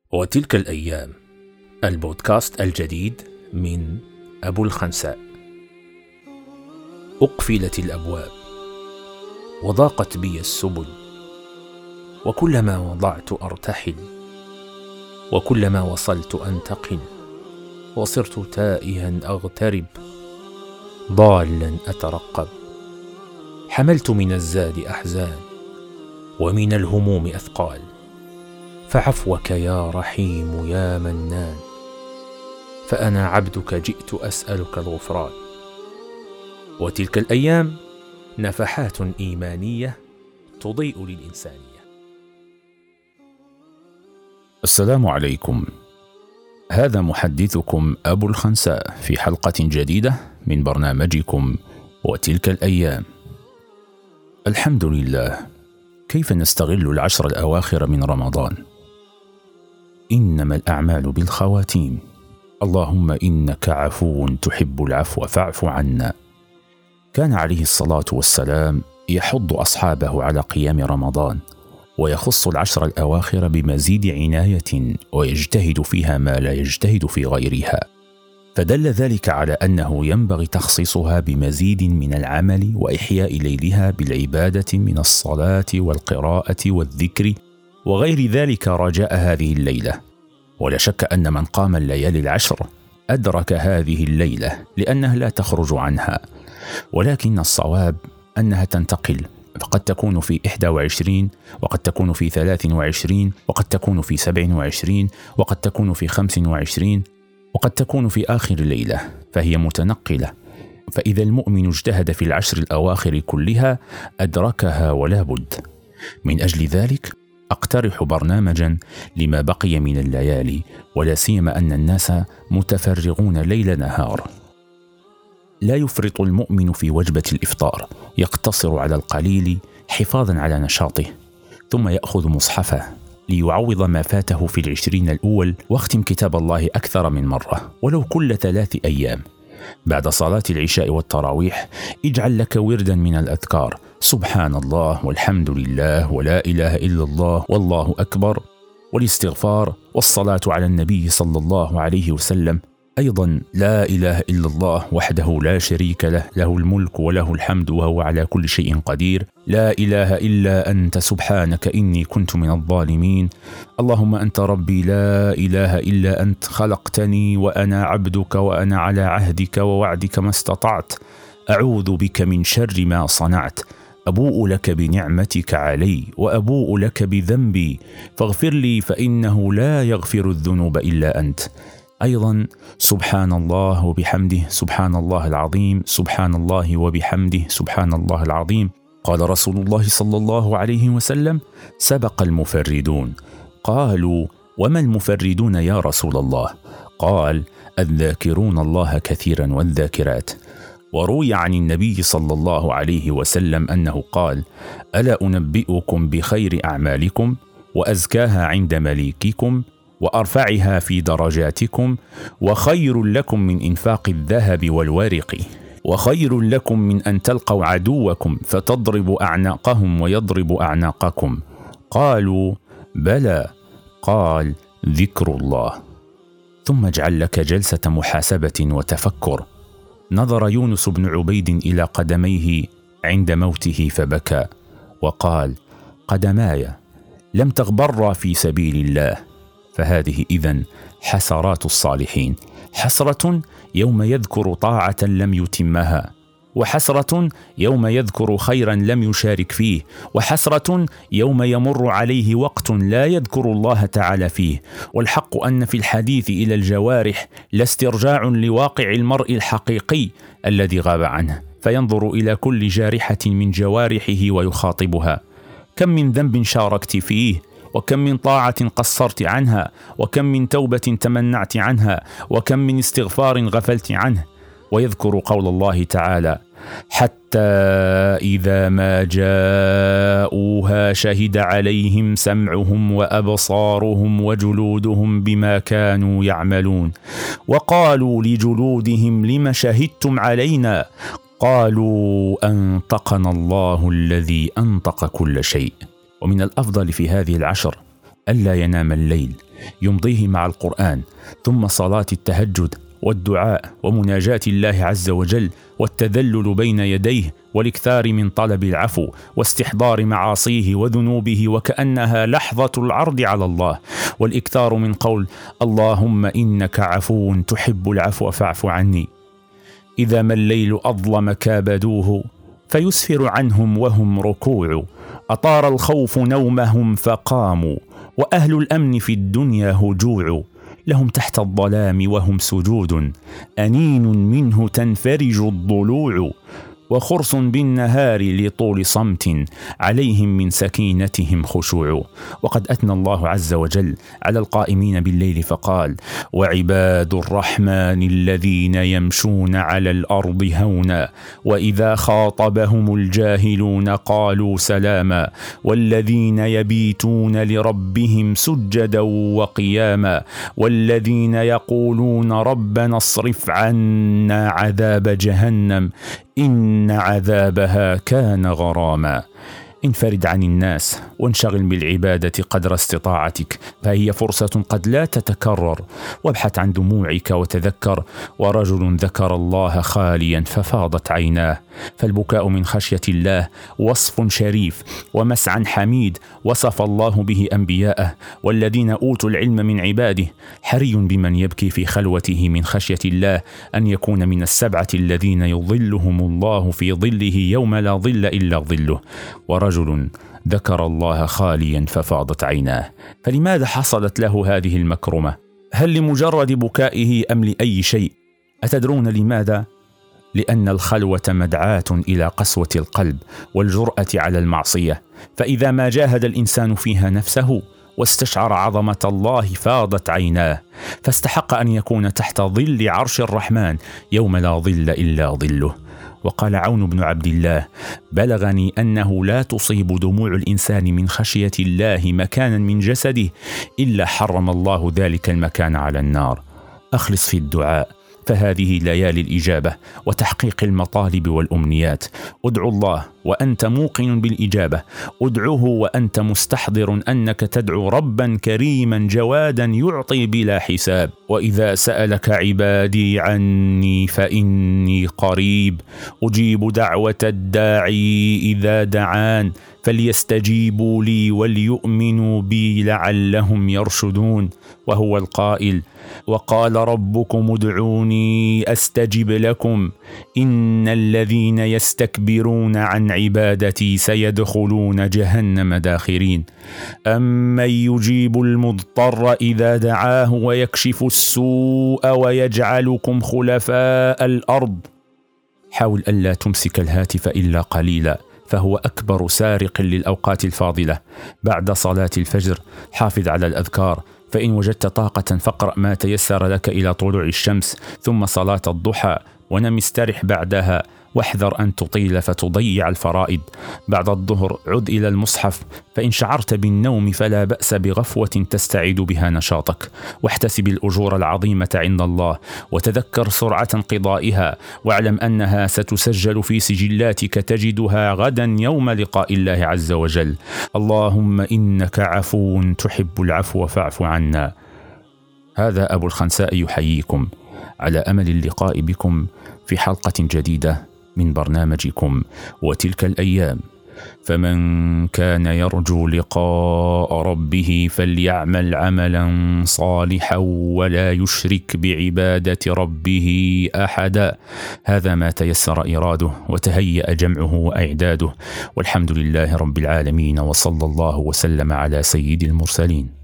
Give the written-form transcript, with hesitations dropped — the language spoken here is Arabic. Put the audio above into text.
وتلك الأيام، البودكاست الجديد من أبو الخنساء. أقفلت الأبواب وضاقت بي السبل، وكلما وضعت أرتحل، وكلما وصلت أنتقل، وصرت تائها أغترب، ضالا أترقب. حملت من الزاد أحزان، ومن الهموم أثقال، فعفوك يا رحيم يا منان، فأنا عبدك جئت أسألك الغفران. وتلك الأيام نفحات إيمانية تضيء للإنسانية. السلام عليكم، هذا محدثكم أبو الخنساء في حلقة جديدة من برنامجكم وتلك الأيام. الحمد لله، كيف نستغل العشر الأواخر من رمضان؟ إنما الأعمال بالخواتيم. اللهم إنك عفو تحب العفو فاعف عنا. كان عليه الصلاة والسلام يحض أصحابه على قيام رمضان، ويخص العشر الأواخر بمزيد عناية، ويجتهد فيها ما لا يجتهد في غيرها، فدل ذلك على أنه ينبغي تخصيصها بمزيد من العمل وإحياء ليلها بالعبادة من الصلاة والقراءة والذكر وغير ذلك رجاء هذه الليلة. ولا شك أن من قام الليالي العشر أدرك هذه الليلة، لأنها لا تخرج عنها، ولكن الصواب أنها تنتقل، فقد تكون في 21، وقد تكون في 23، وقد تكون في 27، وقد تكون في 25، وقد تكون في آخر الليلة، فهي متنقلة. فإذا المؤمن اجتهد في العشر الأواخر كلها أدركها ولا بد. من أجل ذلك أقترح برنامجا لما بقي من الليالي، ولا سيما أن الناس متفرغون ليل نهار. لا يفرط المؤمن في وجبة الإفطار، يقتصر على القليل حفاظا على نشاطه، ثم يأخذ مصحفه ليعوض ما فاته في 20 الأول، واختم كتاب الله أكثر من مرة ولو كل 3 أيام. بعد صلاة العشاء والتراويح اجعل لك وردا من الأذكار: سبحان الله والحمد لله ولا إله إلا الله والله أكبر، والاستغفار والصلاة على النبي صلى الله عليه وسلم. أيضا لا إله إلا الله وحده لا شريك له، له الملك وله الحمد وهو على كل شيء قدير، لا إله إلا أنت سبحانك إني كنت من الظالمين، اللهم أنت ربي لا إله إلا أنت، خلقتني وأنا عبدك وأنا على عهدك ووعدك ما استطعت، أعوذ بك من شر ما صنعت، أبوء لك بنعمتك علي وأبوء لك بذنبي فاغفر لي فإنه لا يغفر الذنوب إلا أنت. أيضا سبحان الله وبحمده سبحان الله العظيم، سبحان الله وبحمده سبحان الله العظيم. قال رسول الله صلى الله عليه وسلم: سبق المفردون. قالوا: وما المفردون يا رسول الله؟ قال: الذاكرون الله كثيرا والذاكرات. وروي عن النبي صلى الله عليه وسلم أنه قال: ألا أنبئكم بخير أعمالكم وأزكاها عند مليككم وأرفعها في درجاتكم، وخير لكم من إنفاق الذهب والورق، وخير لكم من أن تلقوا عدوكم فتضربوا أعناقهم ويضرب أعناقكم؟ قالوا: بلى. قال: ذكر الله. ثم اجعل لك جلسة محاسبة وتفكر. نظر يونس بن عبيد إلى قدميه عند موته فبكى وقال: قدماي لم تغبرا في سبيل الله. فهذه إذن حسرات الصالحين: حسرة يوم يذكر طاعة لم يتمها، وحسرة يوم يذكر خيرا لم يشارك فيه، وحسرة يوم يمر عليه وقت لا يذكر الله تعالى فيه. والحق أن في الحديث إلى الجوارح لاسترجاع لواقع المرء الحقيقي الذي غاب عنه، فينظر إلى كل جارحة من جوارحه ويخاطبها: كم من ذنب شاركت فيه، وكم من طاعة قصرت عنها، وكم من توبة تمنعت عنها، وكم من استغفار غفلت عنه. ويذكر قول الله تعالى: حتى إذا ما جاءوها شهد عليهم سمعهم وأبصارهم وجلودهم بما كانوا يعملون، وقالوا لجلودهم لم شهدتم علينا؟ قالوا أنطقنا الله الذي أنطق كل شيء. ومن الأفضل في هذه العشر ألا ينام الليل، يمضيه مع القرآن، ثم صلاة التهجد والدعاء ومناجاة الله عز وجل والتذلل بين يديه والاكثار من طلب العفو واستحضار معاصيه وذنوبه وكأنها لحظة العرض على الله، والاكثار من قول اللهم إنك عفو تحب العفو فاعف عني. إذا ما الليل أظلم كابدوه فيسفر عنهم وهم ركوع، أطار الخوف نومهم فقاموا، وأهل الأمن في الدنيا هجوع، لهم تحت الظلام وهم سجود، أنين منه تنفرج الضلوع، وخرص بالنهار لطول صمت، عليهم من سكينتهم خشوع. وقد أثنى الله عز وجل على القائمين بالليل فقال وعباد الرحمن الذين يمشون على الأرض هونا وإذا خاطبهم الجاهلون قالوا سلاما والذين يبيتون لربهم سجدا وقياما والذين يقولون ربنا اصرف عنا عذاب جهنم إن عذابها كان غراما. انفرد عن الناس وانشغل بالعبادة قدر استطاعتك، فهي فرصة قد لا تتكرر. وابحث عن دموعك وتذكر ورجل ذكر الله خاليا ففاضت عيناه. فالبكاء من خشية الله وصف شريف ومسعى حميد وصف الله به أنبياءه والذين أوتوا العلم من عباده. حري بمن يبكي في خلوته من خشية الله أن يكون من السبعة الذين يظلهم الله في ظله يوم لا ظل إلا ظله. ورجل ذكر الله خاليا ففاضت عيناه. فلماذا حصلت له هذه المكرمة؟ هل لمجرد بكائه أم لأي شيء؟ أتدرون لماذا؟ لأن الخلوة مدعاة إلى قسوة القلب والجرأة على المعصية، فإذا ما جاهد الإنسان فيها نفسه واستشعر عظمة الله فاضت عيناه، فاستحق أن يكون تحت ظل عرش الرحمن يوم لا ظل إلا ظله. وقال عون بن عبد الله بلغني أنه لا تصيب دموع الإنسان من خشية الله مكانا من جسده إلا حرم الله ذلك المكان على النار. أخلص في الدعاء، فهذه ليالي الإجابة وتحقيق المطالب والأمنيات. ادعو الله وأنت موقن بالإجابة، ادعوه وأنت مستحضر أنك تدعو ربا كريما جوادا يعطي بلا حساب. وإذا سألك عبادي عني فإني قريب أجيب دعوة الداعي إذا دعان فليستجيبوا لي وليؤمنوا بي لعلهم يرشدون. وهو القائل وقال ربكم ادعوني أستجب لكم إن الذين يستكبرون عن عبادتي سيدخلون جهنم داخرين. أمن يجيب المضطر إذا دعاه ويكشف السوء ويجعلكم خلفاء الأرض. حاول ألا تمسك الهاتف إلا قليلا، فهو أكبر سارق للأوقات الفاضلة. بعد صلاة الفجر حافظ على الأذكار، فإن وجدت طاقة فاقرأ ما تيسر لك إلى طلوع الشمس، ثم صلاة الضحى ونم استرح بعدها، واحذر أن تطيل فتضيع الفرائض. بعد الظهر عد إلى المصحف، فإن شعرت بالنوم فلا بأس بغفوة تستعيد بها نشاطك، واحتسب الأجور العظيمة عند الله، وتذكر سرعة انقضائها، واعلم أنها ستسجل في سجلاتك تجدها غدا يوم لقاء الله عز وجل. اللهم إنك عفو تحب العفو فاعف عنا. هذا أبو الخنساء يحييكم على أمل اللقاء بكم في حلقة جديدة من برنامجكم وتلك الأيام. فمن كان يرجو لقاء ربه فليعمل عملا صالحا ولا يشرك بعبادة ربه أحدا. هذا ما تيسر إراده وتهيأ جمعه وإعداده، والحمد لله رب العالمين، وصلى الله وسلم على سيد المرسلين.